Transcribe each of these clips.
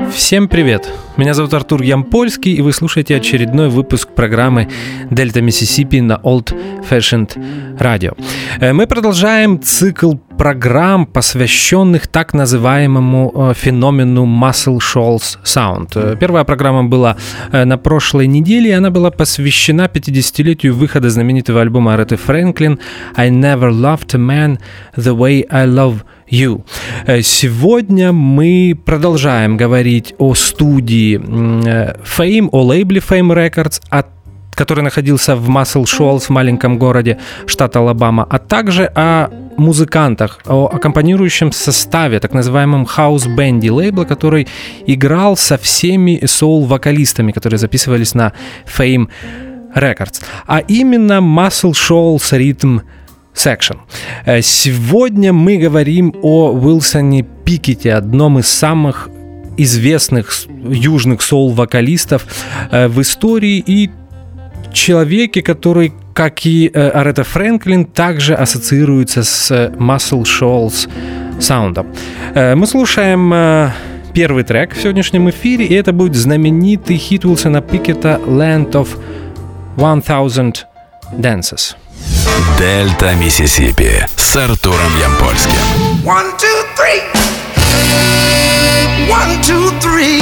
Всем привет! Меня зовут Артур Ямпольский, и вы слушаете очередной выпуск программы «Дельта Миссисипи» на Old Fashioned Radio. Мы продолжаем цикл программ, посвященных так называемому феномену Muscle Shoals Sound. Первая программа была на прошлой неделе, и она была посвящена 50-летию выхода знаменитого альбома Ареты Фрэнклин «I Never Loved a Man the Way I Love You». Сегодня мы продолжаем говорить о студии Fame, о лейбле Fame Records, который находился в Muscle Shoals, в маленьком городе штата Алабама, а также о музыкантах, о аккомпанирующем составе, так называемом хаус-бенде лейбла, который играл со всеми соул-вокалистами, которые записывались на Fame Records, а именно Muscle Shoals Rhythm Section. Сегодня мы говорим о Уилсоне Пикетте, одном из самых известных южных соул-вокалистов в истории, и человеке, который, как и Арета Фрэнклин, также ассоциируется с Muscle Shoals саундом. Мы слушаем первый трек в сегодняшнем эфире, и это будет знаменитый хит Уилсона Пикетта «Land of 1000 Dances». Дельта Миссисипи с Артуром Ямпольским. 1, 2, 3. 1, 2, 3.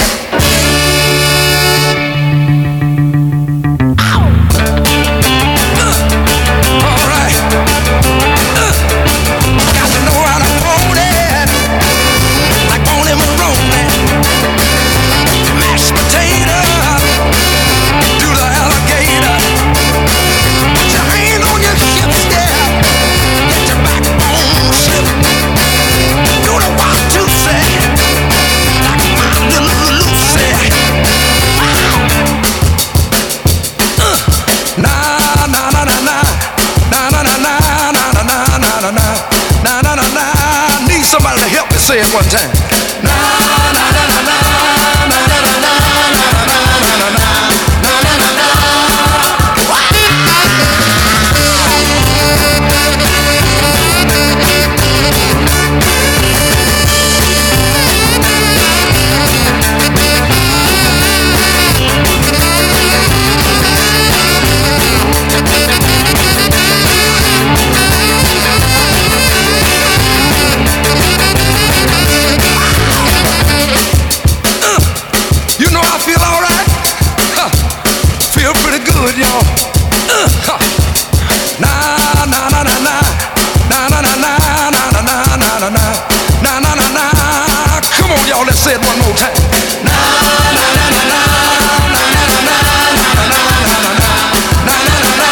Say it one time. Na na na na na na na na na na na na na. Let's say it one more time. Na na na na na na na na na na na na na na.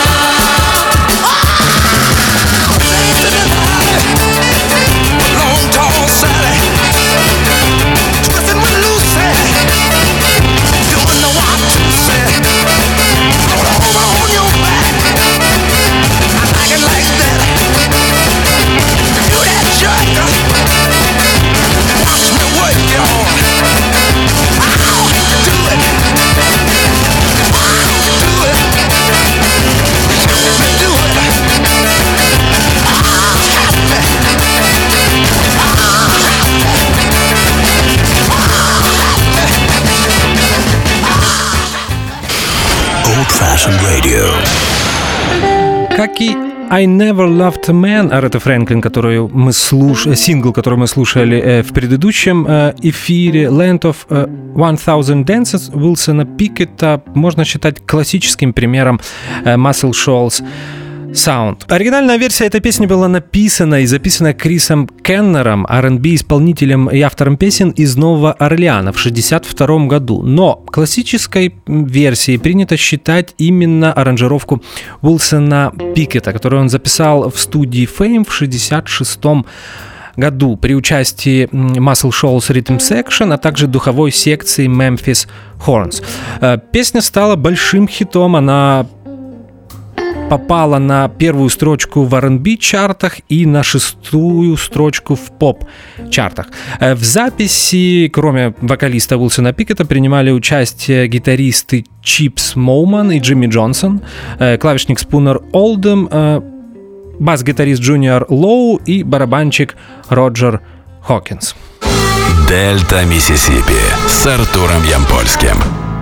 Long tall Sally, twisting with Lucy, doing the what to say. Gonna hold on your back. I like it like that. Do that jerk. Watch me work, y'all. Old Fashioned Radio. Как и «I Never Loved a Man» Ареты Фрэнклин, сингл, который мы слушали в предыдущем эфире, «Land of 1000 Dances» Уилсона Пикетта можно считать классическим примером Muscle Shoals Sound. Оригинальная версия этой песни была написана и записана Крисом Кеннером, R&B-исполнителем и автором песен из Нового Орлеана в 1962 году. Но классической версией принято считать именно аранжировку Уилсона Пикетта, которую он записал в студии Fame в 1966 году при участии Muscle Shoals Rhythm Section, а также духовой секции Memphis Horns. Песня стала большим хитом, она попала на первую строчку в R&B чартах и на 6-ю строчку в поп-чартах. В записи, кроме вокалиста Уилсона Пикетта, принимали участие гитаристы Чипс Моуман и Джимми Джонсон, клавишник Спунер Олдем, бас-гитарист Джуниор Лоу и барабанщик Роджер Хокинс. Дельта Миссисипи с Артуром Ямпольским.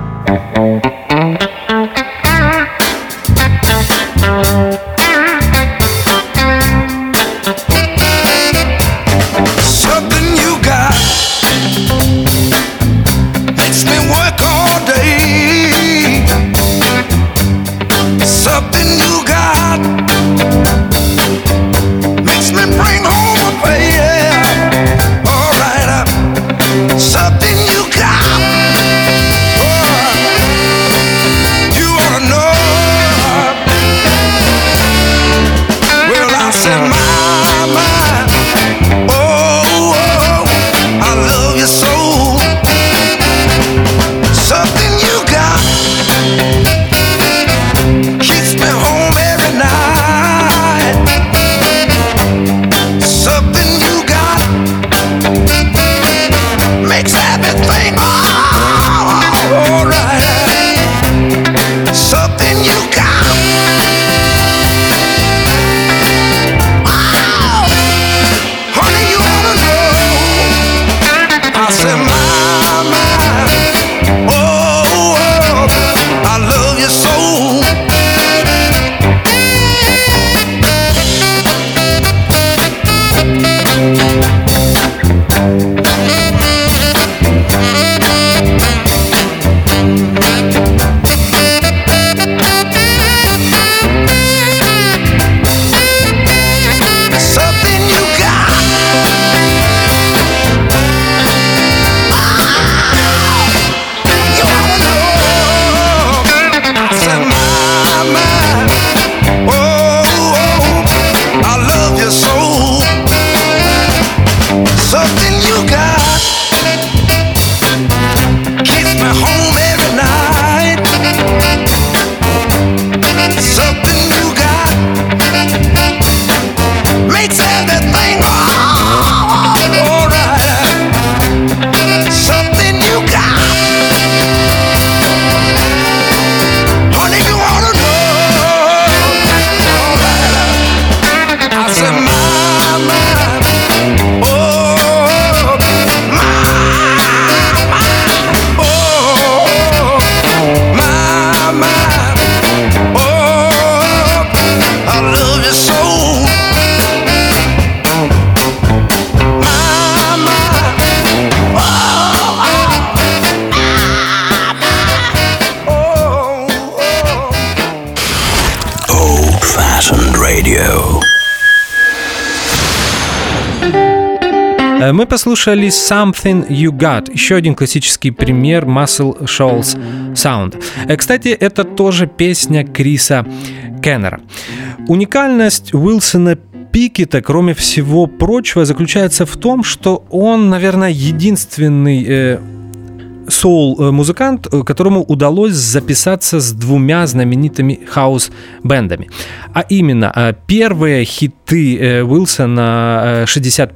Мы послушали Something You Got, еще один классический пример Muscle Shoals Sound. Кстати, это тоже песня Криса Кеннера. Уникальность Уилсона Пикета, кроме всего прочего, заключается в том, что он, наверное, единственный соул-музыкант, которому удалось записаться с двумя знаменитыми хаус-бендами. А именно, первые хиты Уилсона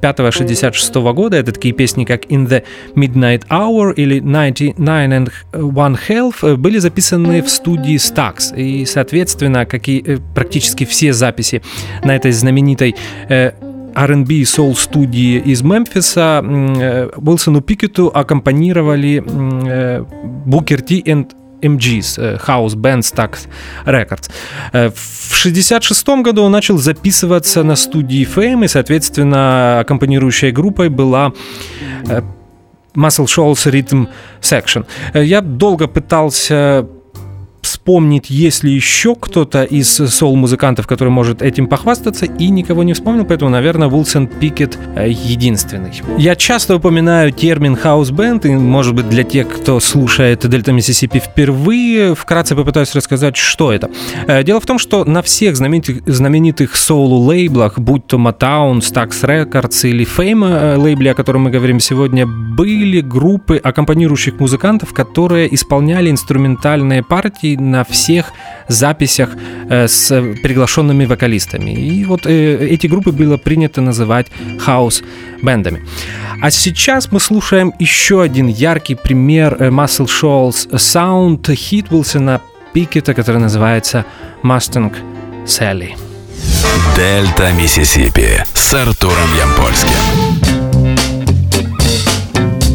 65-66 года, это такие песни, как In the Midnight Hour или 99 and One Half, были записаны в студии Stax. И, соответственно, как и практически все записи на этой знаменитой R&B и соул-студии из Мемфиса, Уилсону Пикету аккомпанировали Booker T and MGs, House Band Stax Records. В 1966 году он начал записываться на студии Fame, и, соответственно, аккомпанирующей группой была Muscle Shoals Rhythm Section. Я долго пытался вспомнить, есть ли еще кто-то из соул-музыкантов, который может этим похвастаться, и никого не вспомнил, поэтому, наверное, Уилсон Пикет единственный. Я часто упоминаю термин «хаус-бенд», и, может быть, для тех, кто слушает Дельта Миссисипи впервые, вкратце попытаюсь рассказать, что это. Дело в том, что на всех знаменитых соул-лейблах, будь то Motown, Stax Records или Fame лейбле, о котором мы говорим сегодня, были группы аккомпанирующих музыкантов, которые исполняли инструментальные партии на всех записях с приглашенными вокалистами. И вот эти группы было принято называть хаус-бендами. А сейчас мы слушаем еще один яркий пример Muscle Shoals Sound, хит Уилсона Пикета, который называется Mustang Sally. Дельта Миссисипи с Артуром Ямпольским.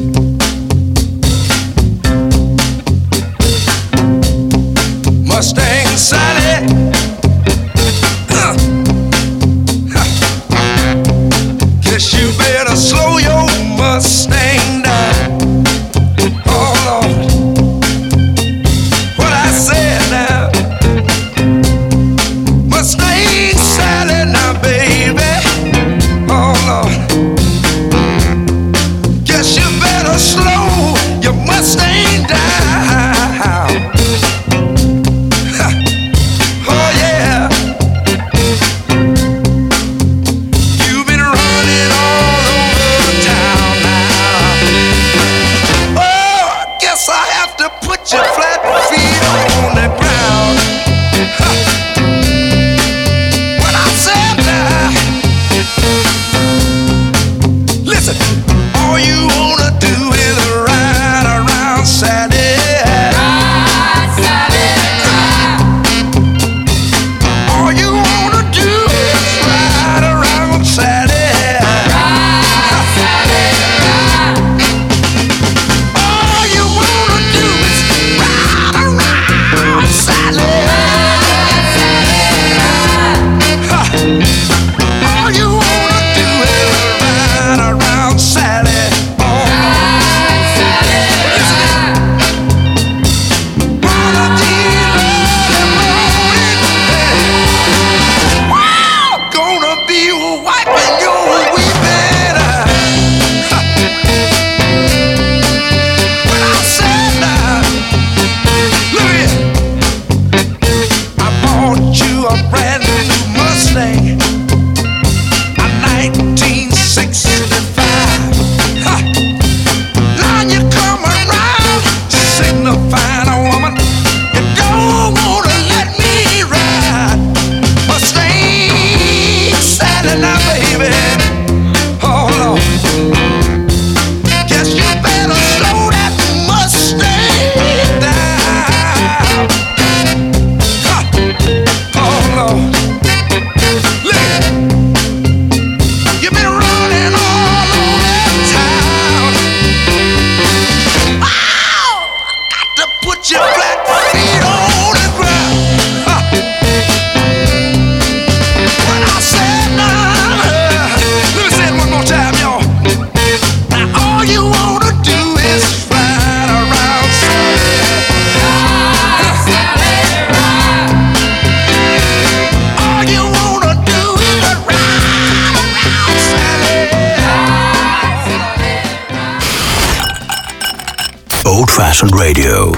Old-fashioned radio.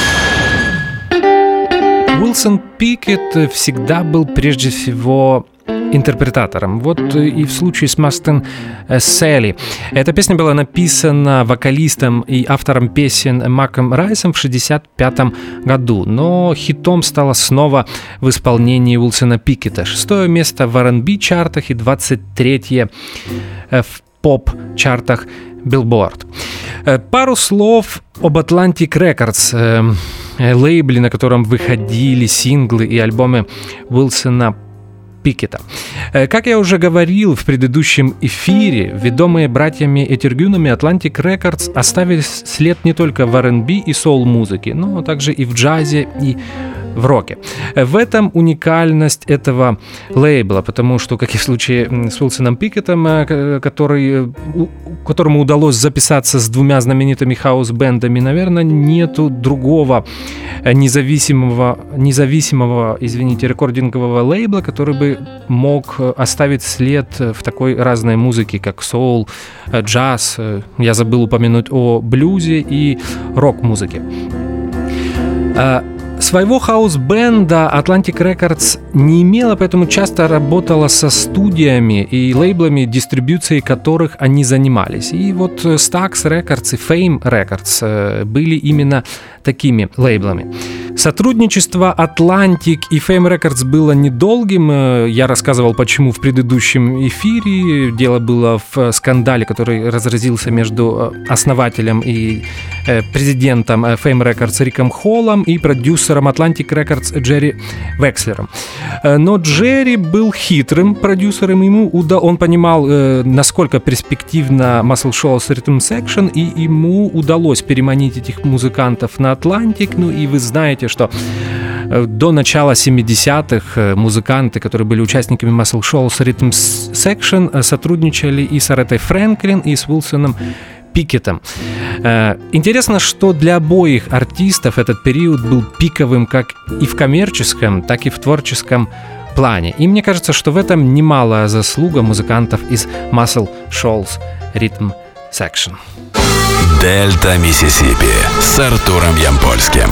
Уилсон Пикет всегда был прежде всего интерпретатором. Вот и в случае с Mustang Sally. Эта песня была написана вокалистом и автором песен Маком Райсом в 1965 году, но хитом стала снова в исполнении Уилсона Пикета. 6-е место в R&B чартах и 23-е в поп-чартах Billboard. Пару слов об Atlantic Records, лейбле, на котором выходили синглы и альбомы Уилсона Пикета. Как я уже говорил в предыдущем эфире, ведомые братьями Этергюнами Atlantic Records оставили след не только в R&B и соул-музыке, но также и в джазе, и в роке. В этом уникальность этого лейбла, потому что, как и в случае с Уилсоном Пикетом, которому удалось записаться с двумя знаменитыми хаус-бендами, наверное, нету другого независимого, рекордингового лейбла, который бы мог оставить след в такой разной музыке, как соул, джаз, я забыл упомянуть о блюзе и рок-музыке. Своего хаус-бенда Atlantic Records не имела, поэтому часто работала со студиями и лейблами, дистрибьюцией которых они занимались. И вот Stax Records и Fame Records были именно такими лейблами. Сотрудничество Atlantic и Fame Records было недолгим. Я рассказывал, почему в предыдущем эфире. Дело было в скандале, который разразился между основателем и президентом Fame Records Риком Холлом и продюсером Atlantic Records Джерри Векслером. Но Джерри был хитрым продюсером, он понимал, насколько перспективна Muscle Shoals Rhythm Section, и ему удалось переманить этих музыкантов на Atlantic. Ну и вы знаете, что до начала 70-х музыканты, которые были участниками Muscle Shoals Rhythm Section, сотрудничали и с Аретой Фрэнклин, и с Уилсоном Пикетом. Интересно, что для обоих артистов этот период был пиковым как и в коммерческом, так и в творческом плане. И мне кажется, что в этом немалая заслуга музыкантов из Muscle Shoals Rhythm Section. Дельта Миссисипи с Артуром Ямпольским.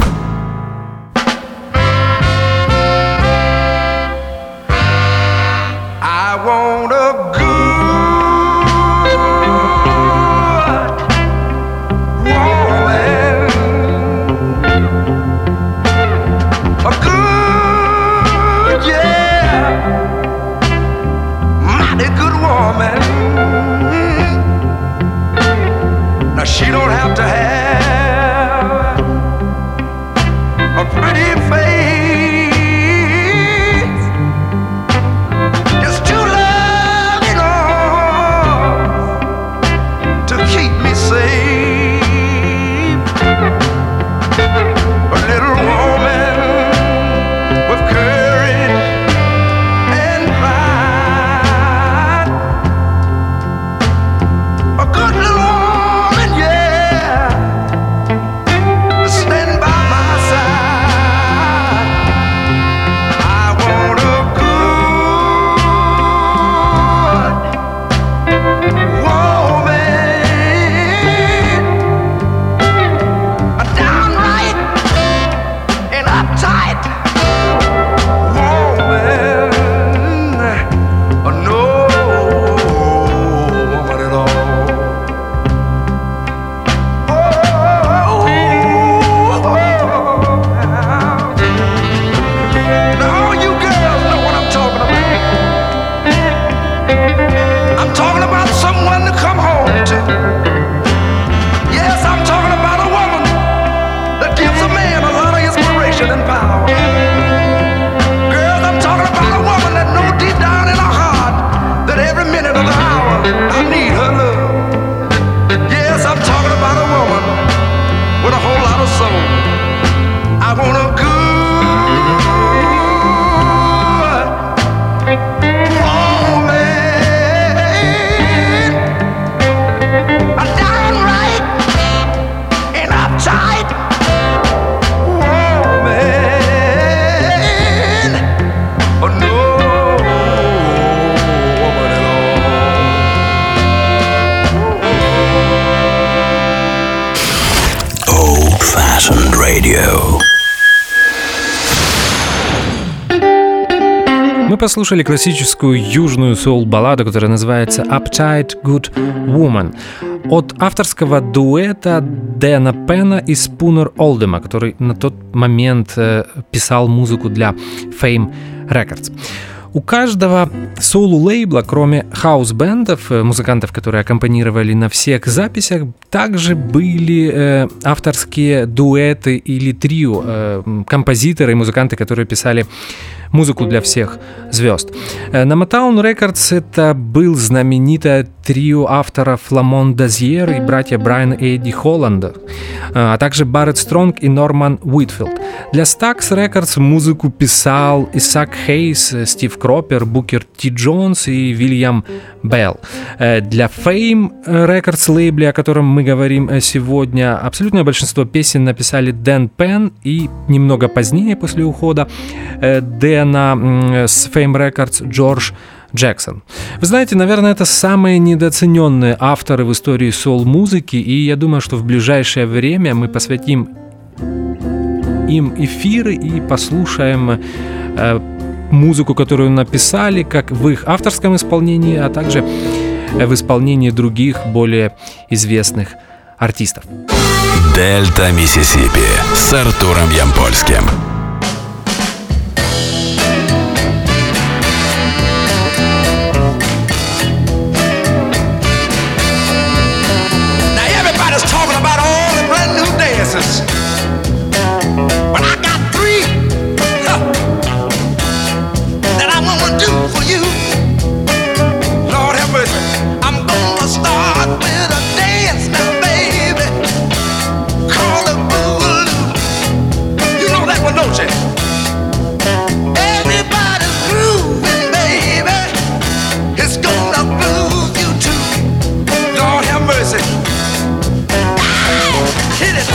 She don't have to have a pretty face, just two loving arms to keep me safe. A little woman with courage and pride, a good little stand by my side. Old-fashioned radio. Мы послушали классическую южную соул-балладу, которая называется «Uptight Good Woman» от авторского дуэта Дэна Пена и Спунер Олдема, который на тот момент писал музыку для Fame Records. У каждого соул-лейбла, кроме хаус-бендов, музыкантов, которые аккомпанировали на всех записях, также были авторские дуэты или трио, композиторы и музыканты, которые писали музыку для всех звезд. На Motown Records это был знаменитое трио авторов Ламон Дазьер и братья Брайан и Эдди Холланда, а также Барретт Стронг и Норман Уитфилд. Для Stax Records музыку писал Исаак Хейс, Стив Кропер, Букер Ти Джонс и Вильям Белл. Для Fame Records лейбле, о котором мы говорим сегодня, абсолютное большинство песен написали Дэн Пен и немного позднее, после ухода Дэна с Fame Records, Джордж Джексон. Вы знаете, наверное, это самые недооцененные авторы в истории соул-музыки, и я думаю, что в ближайшее время мы посвятим им эфиры и послушаем музыку, которую написали, как в их авторском исполнении, а также в исполнении других, более известных артистов. Дельта Миссисипи с Артуром Ямпольским. But I got three that I wanna do for you. Lord have mercy. I'm gonna start with a dance now, baby. Call it boogaloo. You know that one, don't you? Everybody's grooving, baby. It's gonna groove you too. Lord have mercy. Hit it.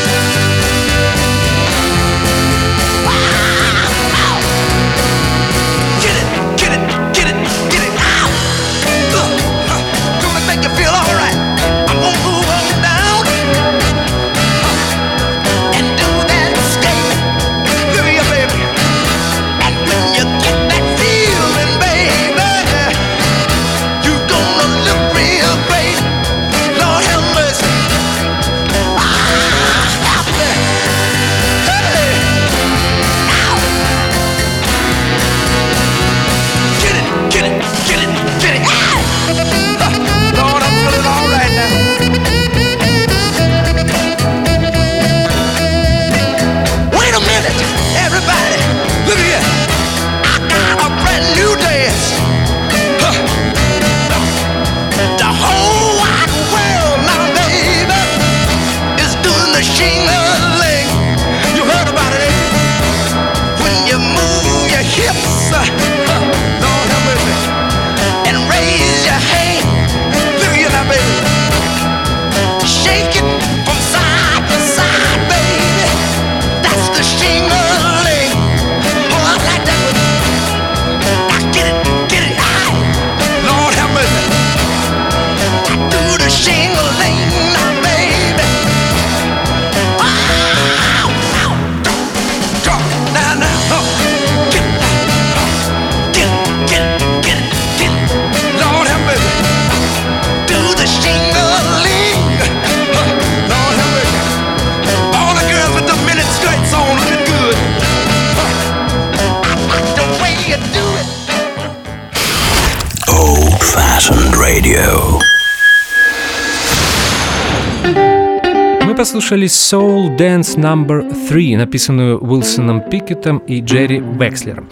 Мы послушали Soul Dance No. 3, написанную Уилсоном Пикеттом и Джерри Векслером.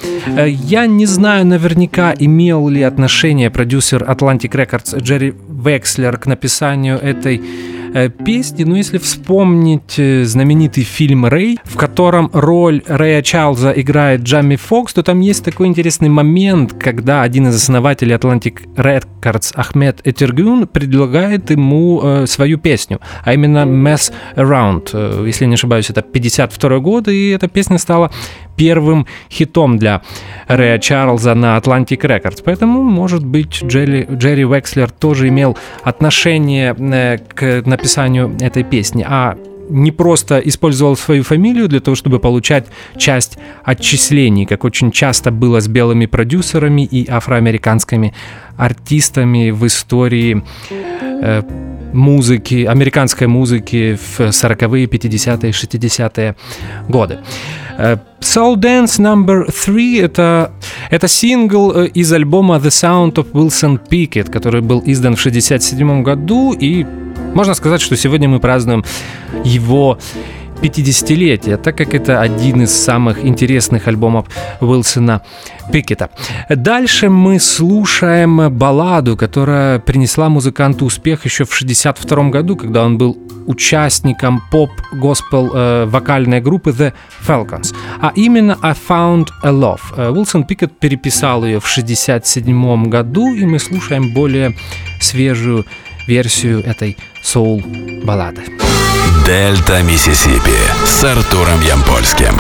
Я не знаю наверняка, имел ли отношение продюсер Atlantic Records Джерри Векслер к написанию этой песни, но если вспомнить знаменитый фильм «Рэй», в котором роль Рэя Чарльза играет Джамми Фокс, то там есть такой интересный момент, когда один из основателей Atlantic Records Ахмед Этергюн предлагает ему свою песню, а именно «Mess Around». Если не ошибаюсь, это 1952 год, и эта песня стала первым хитом для Рэя Чарльза на Atlantic Records. Поэтому, может быть, Джерри Векслер тоже имел отношение к написанию этой песни. А не просто использовал свою фамилию для того, чтобы получать часть отчислений, как очень часто было с белыми продюсерами и афроамериканскими артистами в истории музыки, американской музыки в 40-е, 50-е, 60-е годы. Soul Dance No. 3 это сингл из альбома The Sound of Wilson Pickett, который был издан в 1967 году, и можно сказать, что сегодня мы празднуем его 50-летие, так как это один из самых интересных альбомов Уилсона Пикетта. Дальше мы слушаем балладу, которая принесла музыканту успех еще в 1962 году, когда он был участником поп-госпел вокальной группы The Falcons, а именно I Found a Love. Уилсон Пикетт переписал ее в 1967 году, и мы слушаем более свежую версию этой соул-баллады. Дельта Миссисипи с Артуром Ямпольским.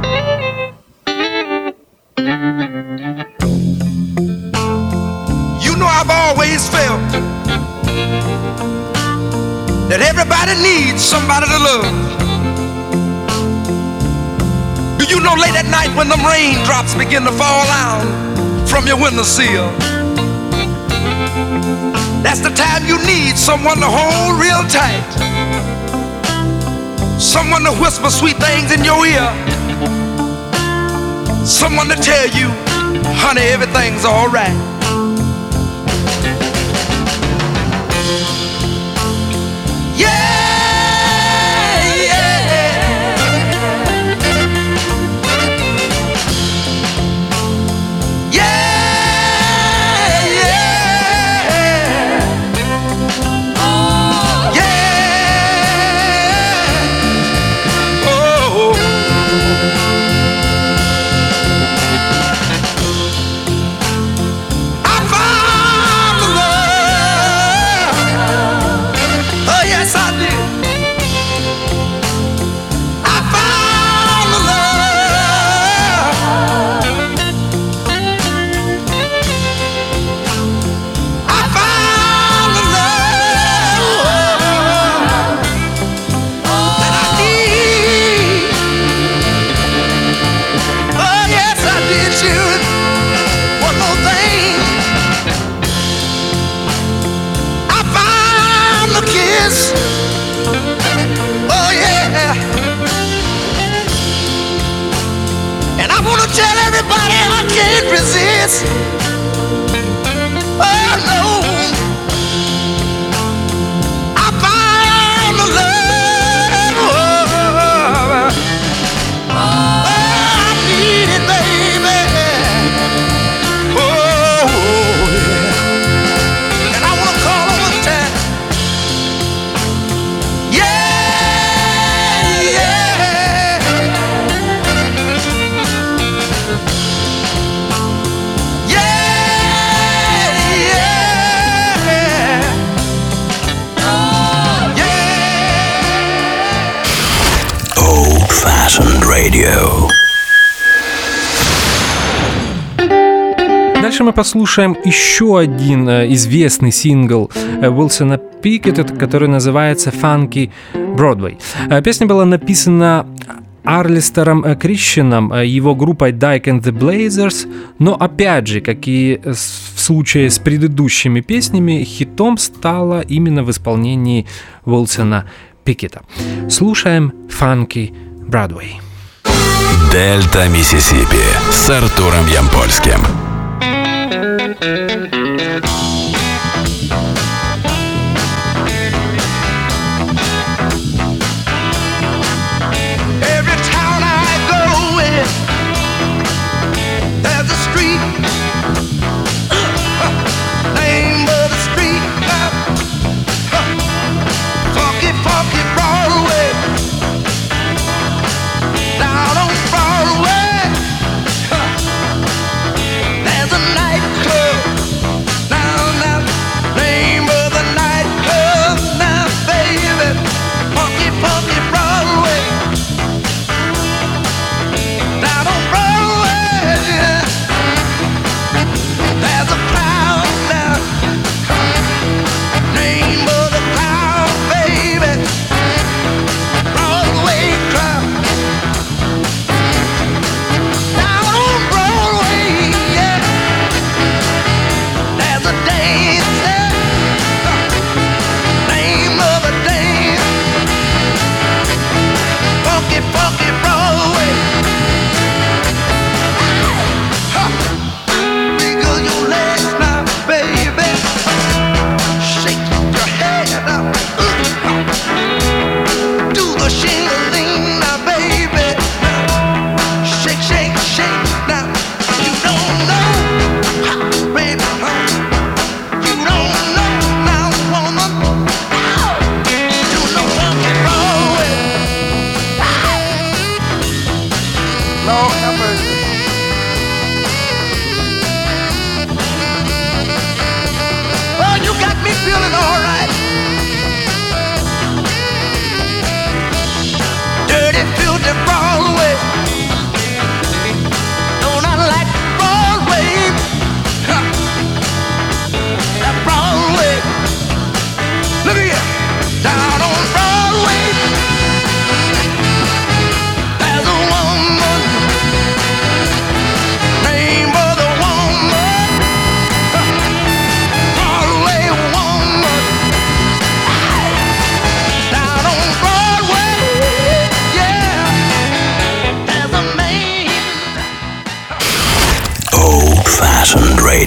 You know I've always felt that everybody needs somebody to love. Do you know late at night when them raindrops begin to fall down from your windowsill, that's the time you need someone to hold real tight, someone to whisper sweet things in your ear, someone to tell you, honey, everything's all right. Дальше мы послушаем еще один известный сингл Уилсона Пикетта, который называется «Funky Broadway». Песня была написана Арлистером Крищеном, его группой Dyke and the Blazers, но опять же, как и в случае с предыдущими песнями, хитом стала именно в исполнении Уилсона Пикетта. Слушаем «Funky Broadway». Дельта Миссисипи с Артуром Ямпольским. Now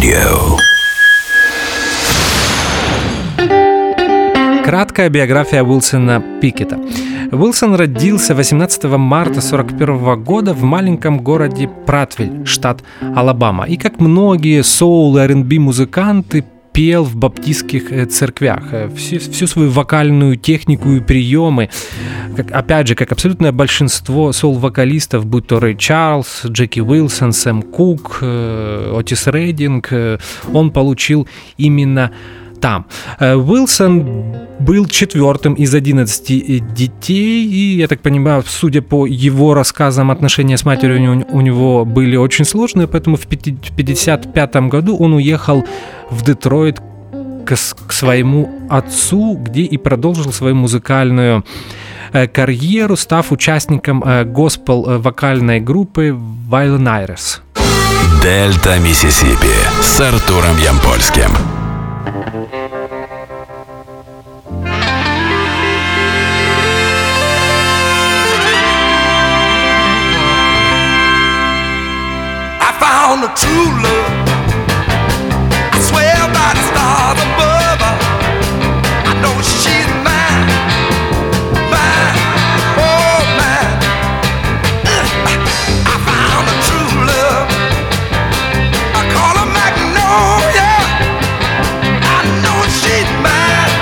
Radio. Краткая биография Уилсона Пикетта. Уилсон родился 18 марта 1941 года в маленьком городе Пратвиль, штат Алабама. И как многие соул- и R&B музыканты, пел в баптистских церквях. Всю свою вокальную технику и приемы, опять же, как абсолютное большинство соул-вокалистов, будь то Рэй Чарльз, Джеки Уилсон, Сэм Кук, Отис Рейдинг, он получил именно там. Уилсон был четвертым из 11 детей, и, я так понимаю, судя по его рассказам, отношения с матерью у него были очень сложные, поэтому в 1955 году он уехал в Детройт к своему отцу, где и продолжил свою музыкальную карьеру, став участником госпел-вокальной группы Waylon Iris. Дельта Миссисипи с Артуром Ямпольским. Found the true love. I swear by the stars above her, I know she's mine, mine, oh mine. I found the true love. I call her Magnolia. I know she's mine,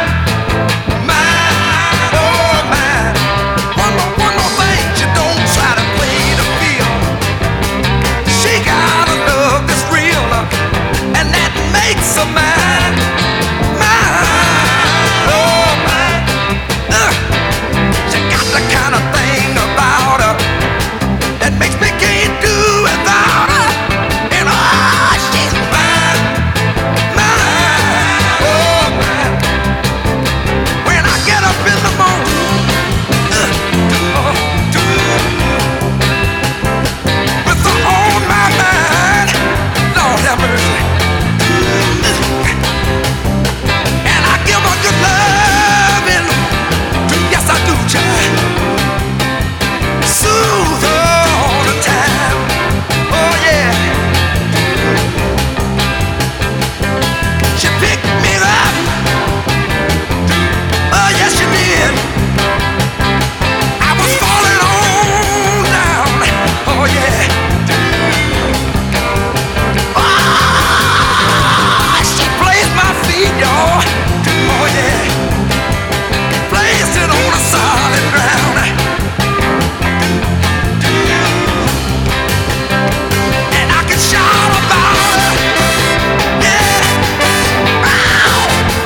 mine, oh mine. One more thing, you don't try to play the field. She got a love that's real, and that makes her mine, mine, oh mine. She got the kind of thing about her that makes me can't do without her. And oh, she's mine, mine, oh mine. When I get up in the morning, with her on my mind, Lord have mercy. And I give her good loving, yes I do, child. Soothe her all the time, oh yeah. She picked me up, oh yes she did. I was falling on down, oh yeah. She placed my feet, y'all. Oh yeah. Placed it on a solid ground. And I can shout about her. Yeah. Ow.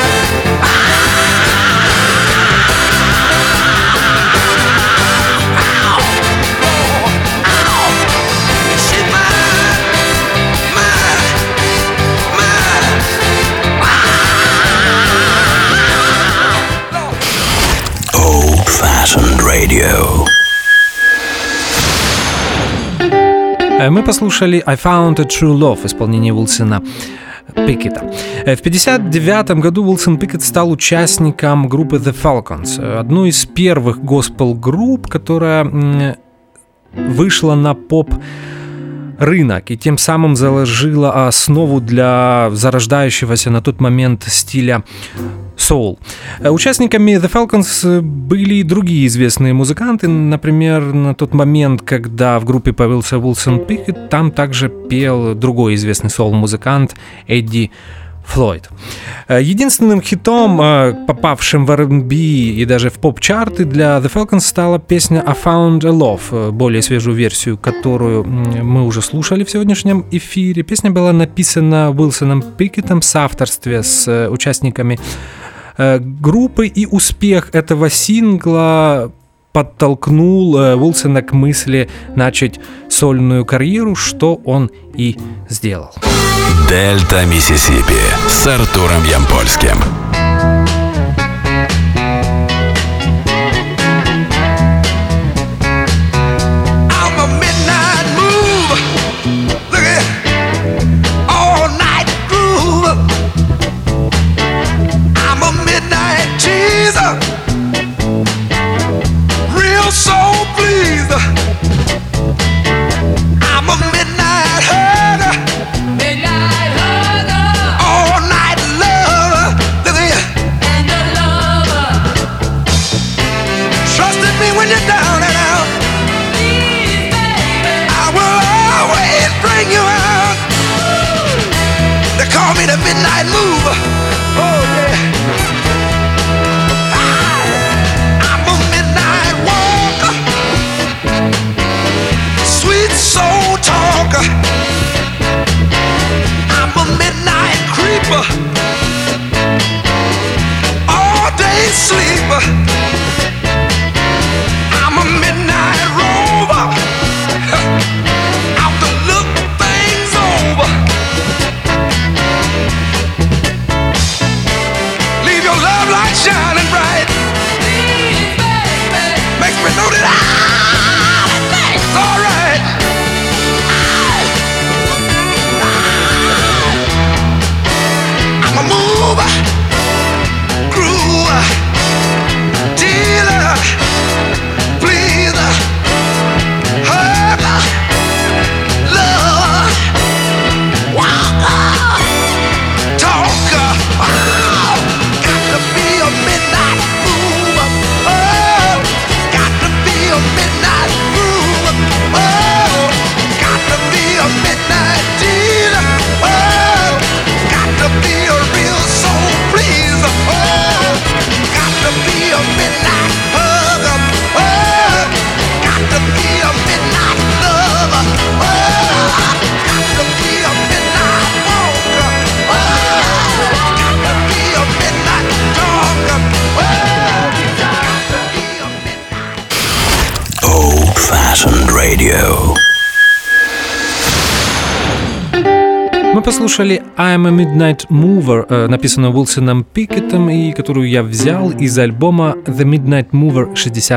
Ow. Oh. Ow. She's mine. Mine. Mine. Old Fashioned Radio. Мы послушали «I Found a True Love» в исполнении Уилсона Пикетта. В 1959 году Уилсон Пикетт стал участником группы The Falcons, одной из первых госпел-групп, которая вышла на поп-рынок и тем самым заложила основу для зарождающегося на тот момент стиля соул. Участниками The Falcons были и другие известные музыканты. Например, на тот момент, когда в группе появился Уилсон Пикетт, там также пел другой известный соул-музыкант Эдди Флойд. Единственным хитом, попавшим в R&B и даже в поп-чарты для The Falcons, стала песня I Found a Love, более свежую версию, которую мы уже слушали в сегодняшнем эфире. Песня была написана Уилсоном Пикеттом в соавторстве с участниками группы, и успех этого сингла подтолкнул Уилсона к мысли начать сольную карьеру, что он и сделал. Дельта Миссисипи с Артуром Ямпольским. I'm a midnight hugger. Midnight hugger. when you're down and out. I will always bring you out. They call me the midnight mover. Oh yeah. I'm a midnight walker, sweet soul talker. I'm a midnight creeper, all day sleeper. I'm a midnight rover, out to look things over. Leave your love light shining bright. Makes me know that things alright. I'm a mover, groover, dealer, pleaser, hugger, lover, walker, talker. Oh, got to be a midnight mover. Oh, got to be a midnight mover. Oh, got to be a midnight dealer. Oh, got to be a real soul pleaser. Oh, got to be a midnight hugger. Oh, got to be a midnight lover. Oh, got to be a midnight walker. Oh, got to be a midnight talker. Oh, got to be a midnight. Old-fashioned radio. Мы послушали I'm a Midnight Mover, написанную Уилсоном Пикеттом, и которую я взял из альбома The Midnight Mover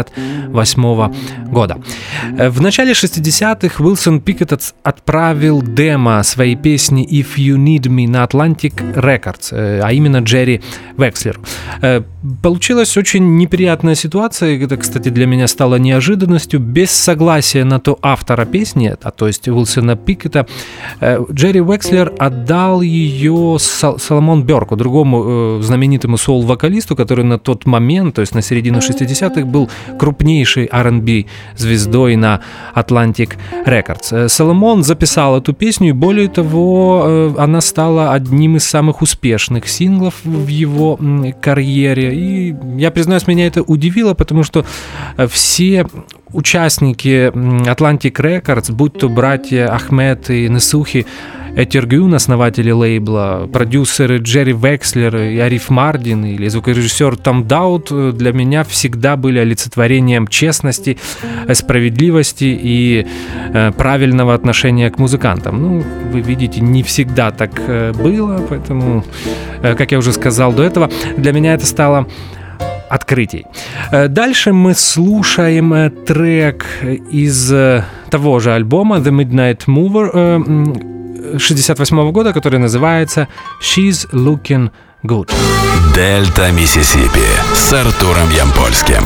1968 года. В начале 60-х Уилсон Пикетт отправил демо своей песни If You Need Me на Atlantic Records, а именно Джерри Векслеру. Получилась очень неприятная ситуация, это, кстати, для меня стало неожиданностью. Без согласия на то автора песни, то есть Уилсона Пикетта, Джерри Векслер отдал ее Соломон Бёрку, другому знаменитому соул-вокалисту, который на тот момент, то есть на середину 60-х, был крупнейшей R&B звездой на Atlantic Records. Соломон записал эту песню, и более того, она стала одним из самых успешных синглов в его карьере. И я признаюсь, меня это удивило, потому что все участники Atlantic Records, будь то братья Ахмед и Несухи Этергюн, основатели лейбла, продюсеры Джерри Векслер и Ариф Мардин или звукорежиссер Том Даут, для меня всегда были олицетворением честности, справедливости и правильного отношения к музыкантам. Ну, вы видите, не всегда так было, поэтому, как я уже сказал до этого, для меня это стало открытий. Дальше мы слушаем трек из того же альбома The Midnight Mover 68 года, который называется She's Looking Good. Дельта Миссисипи с Артуром Ямпольским.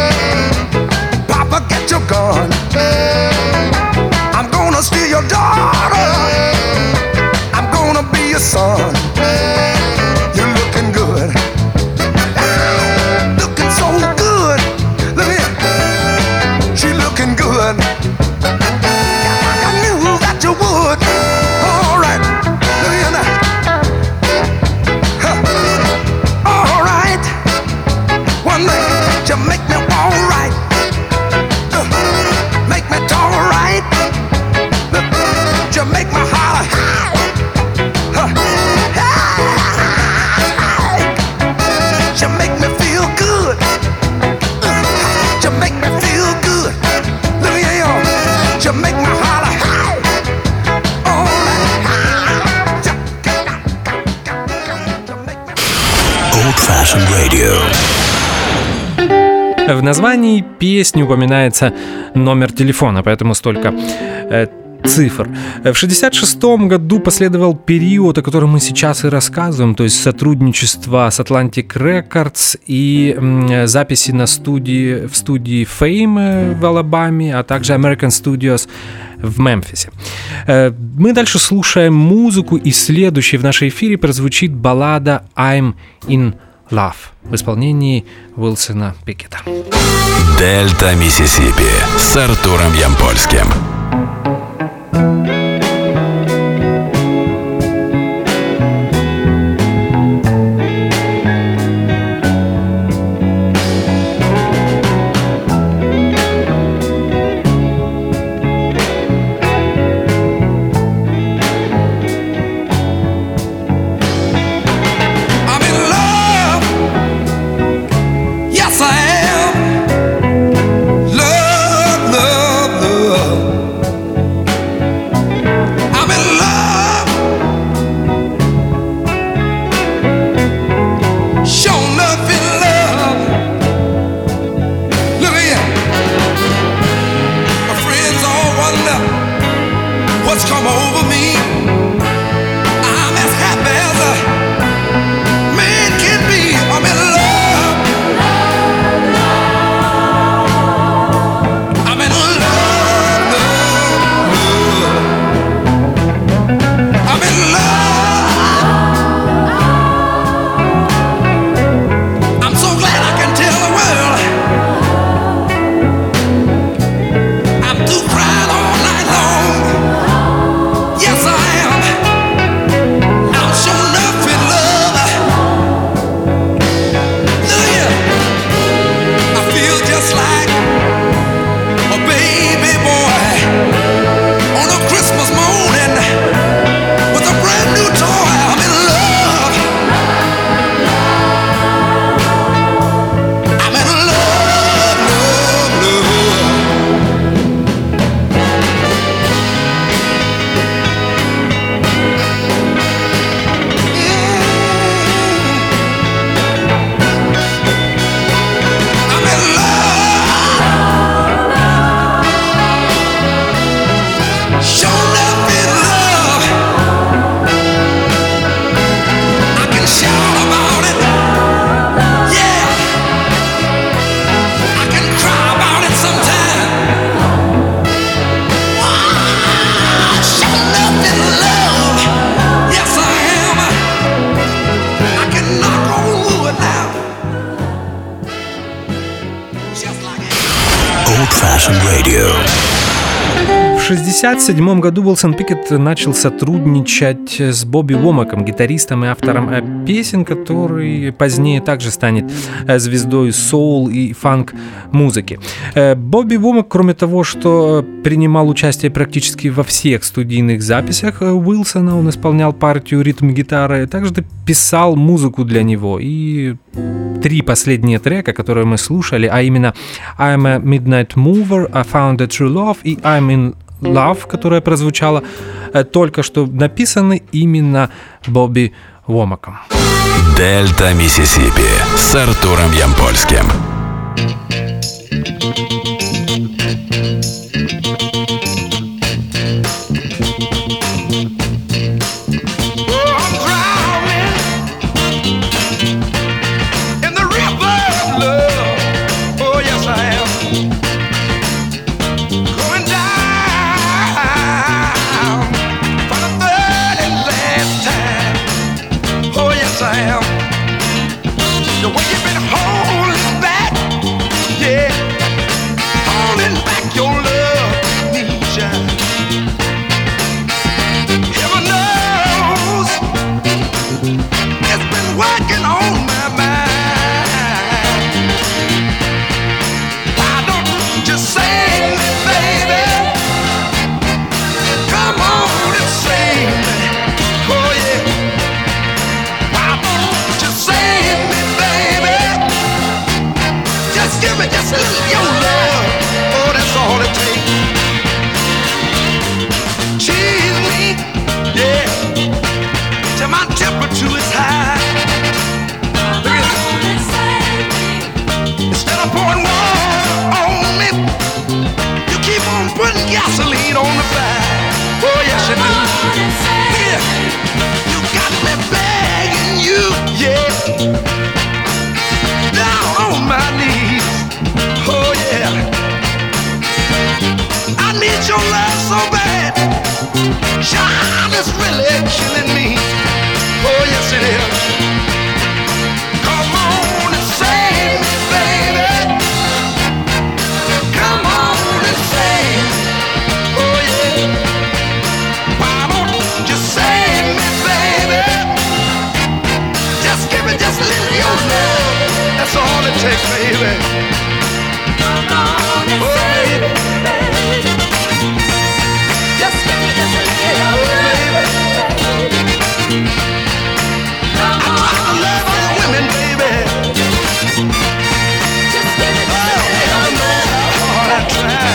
Papa, get your gun. I'm gonna steal your dog. Old-fashioned radio. В названии песни упоминается номер телефона, поэтому столько цифр. В 1966 году последовал период, о котором мы сейчас и рассказываем, то есть сотрудничество с Atlantic Records и записи в студии Fame в Алабаме, а также American Studios в Мемфисе. Мы дальше слушаем музыку, и следующей в нашем эфире прозвучит баллада «I'm in Love» в исполнении Уилсона Пикета. Дельта Миссисипи с Артуром Ямпольским. В 1967 году Уилсон Пикет начал сотрудничать с Бобби Вомаком, гитаристом и автором песен, который позднее также станет звездой соул и фанк-музыки. Бобби Вомак, кроме того, что принимал участие практически во всех студийных записях Уилсона, он исполнял партию ритм-гитары, также писал музыку для него. И 3 последние трека, которые мы слушали, а именно «I'm a Midnight Mover», «I Found a True Love» и «I'm in Love», которая прозвучала только что, написаны именно Бобби Вомаком. Дельта Миссисипи с Артуром Ямпольским. The way you've been holding back. That's all it takes, baby. Come on and save me, baby. Just give me just a little baby. Come on, I love other women, baby. Just give me just a little bit. How hard I try.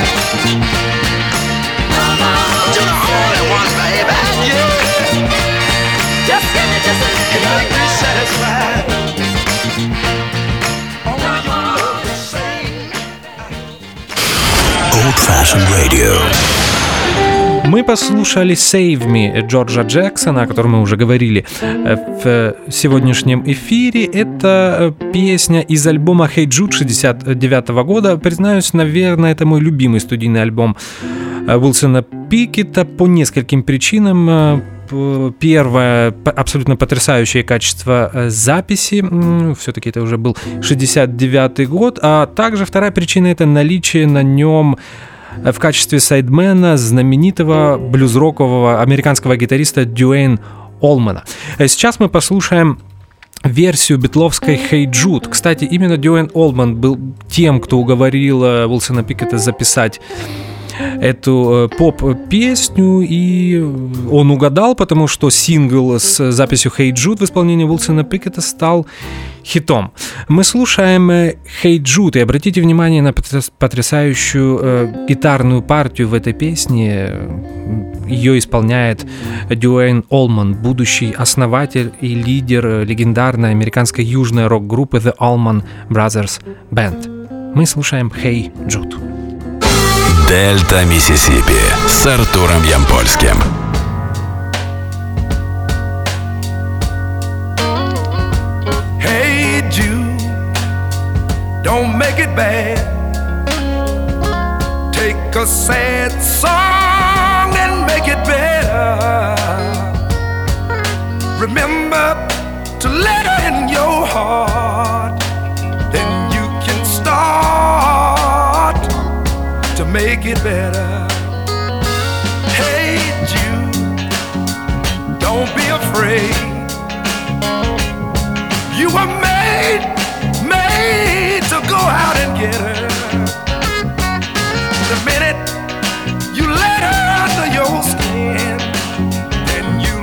Come on, you're the only one, baby. Yeah. Just give me just a little bit. Be satisfied. Old Fashioned Radio. Мы послушали «Save Me» Джорджа Джексона, о котором мы уже говорили в сегодняшнем эфире. Это песня из альбома «Hey Jude» 1969 года. Признаюсь, наверное, это мой любимый студийный альбом Уилсона Пикета по нескольким причинам. Первое, абсолютно потрясающее качество записи, все-таки это уже был 69-й год, а также вторая причина — это наличие на нем в качестве сайдмена знаменитого блюз-рокового американского гитариста Дюэйн Олмана. Сейчас мы послушаем версию битловской «Hey Jude». Кстати, именно Дюэйн Олман был тем, кто уговорил Уилсона Пикета записать эту поп-песню, и он угадал, потому что сингл с записью «Hey Jude» в исполнении Уилсона Пикета стал хитом. Мы слушаем «Hey Jude», и обратите внимание на потрясающую гитарную партию в этой песне. Ее исполняет Дюэйн Олман, будущий основатель и лидер легендарной американской южной рок-группы The Allman Brothers Band. Мы слушаем «Hey Jude». Дельта Миссисипи с Артуром Ямпольским. Hey Jude, don't make it bad. Take a sad song and make it better. Remember to let her in your heart. Then you can start to make it better. Hey Jude, don't be afraid. You were made to go out and get her. The minute you let her under your skin, then you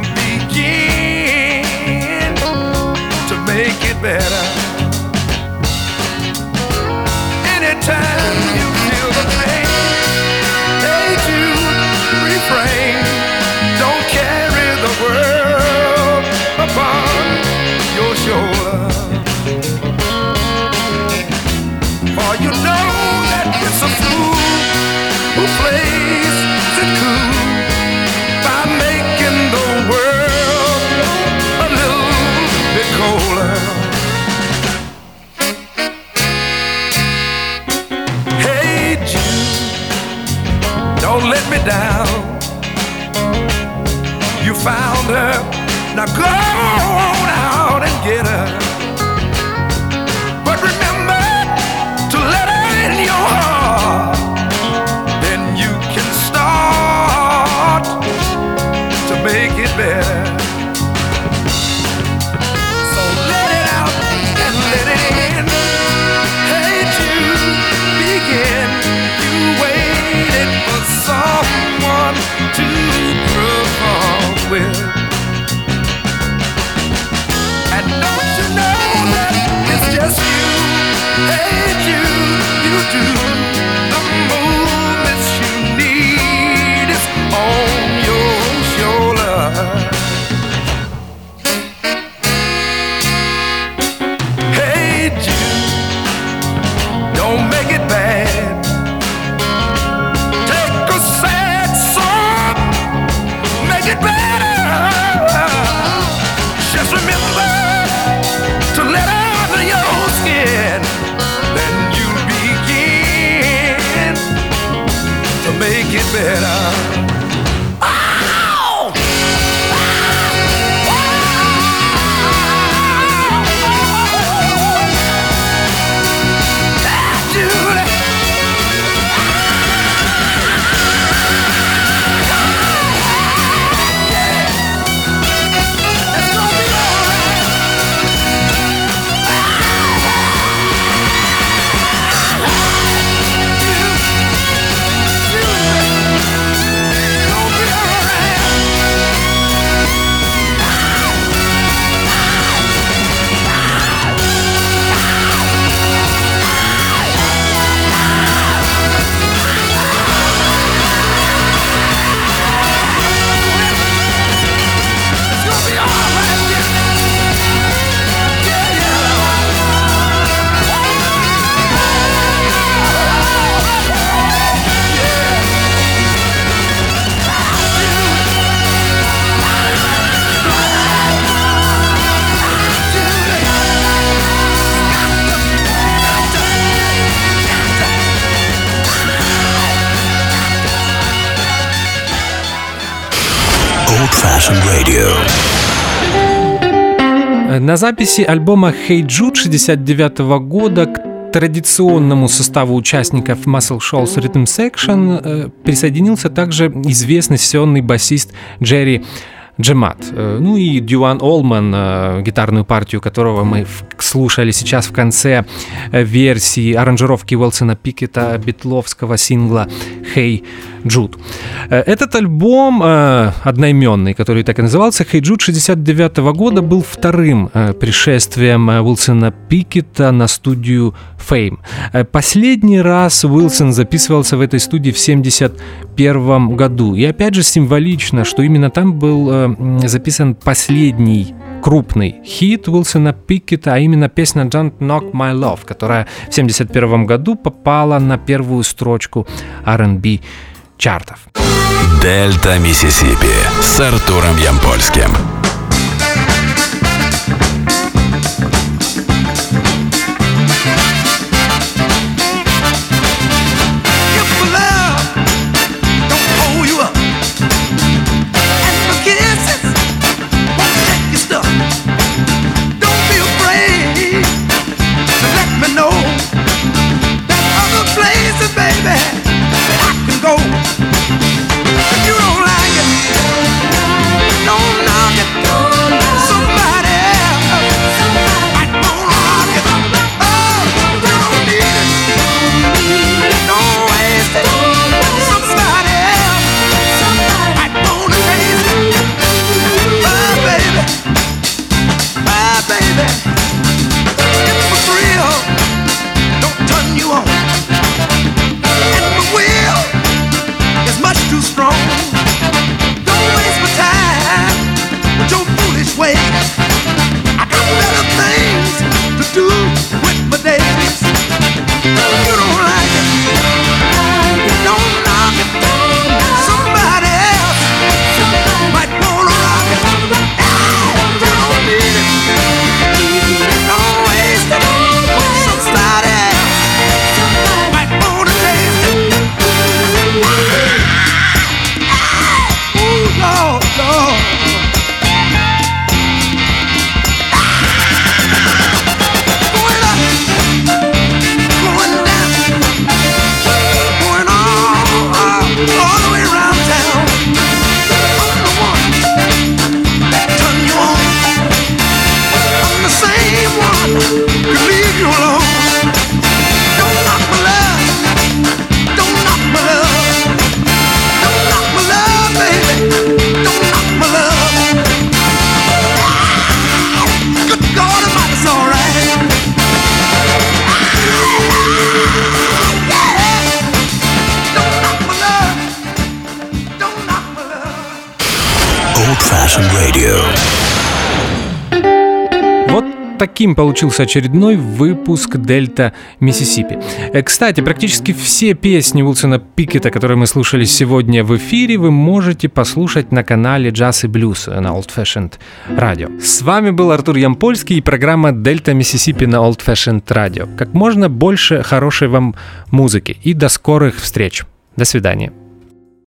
begin to make it better. Anytime you feel the pain, hey Jude, refrain. Don't carry the world upon your shoulder. For you know that it's a fool who plays it cool by making the world a little bit colder. Hey Jude, don't let me down. You found her, now go on out and get her. But remember to let her in your heart. Then you can start to make it better. So let it out and let it in. Hey Jude, begin. You waited for someone to perform with. And don't you know that it's just you? Hey Jude, you do. The movements you need is on your shoulder. Hey Jude, don't make it bad. Take a sad song, make it better. Just remember to let her under your skin. Then you'll begin to make it better. Old Fashioned Radio. На записи альбома «Hey Jude» 1969 года к традиционному составу участников Muscle Shoals Rhythm Section присоединился также известный сессионный басист Джерри Джемат. Ну и Дюан Олман, гитарную партию которого мы слушали сейчас в конце версии аранжировки Уилсона Пикета битловского сингла «Hey Jude». Этот альбом одноименный, который так и назывался, «Hey Jude» 1969 года, был вторым пришествием Уилсона Пикета на студию Fame. Последний раз Уилсон записывался в этой студии в 1971 году. И опять же символично, что именно там был записан последний крупный хит Уилсона Пикета, а именно песня «Don't Knock My Love», которая в 1971 году попала на первую строчку R&B чартов. Дельта Миссисипи с Артуром Ямпольским. Таким получился очередной выпуск «Дельта Миссисипи». Кстати, практически все песни Уилсона Пикета, которые мы слушали сегодня в эфире, вы можете послушать на канале «Джаз и блюз» на Old Fashioned Radio. С вами был Артур Ямпольский и программа «Дельта Миссисипи» на Old Fashioned Radio. Как можно больше хорошей вам музыки и до скорых встреч. До свидания.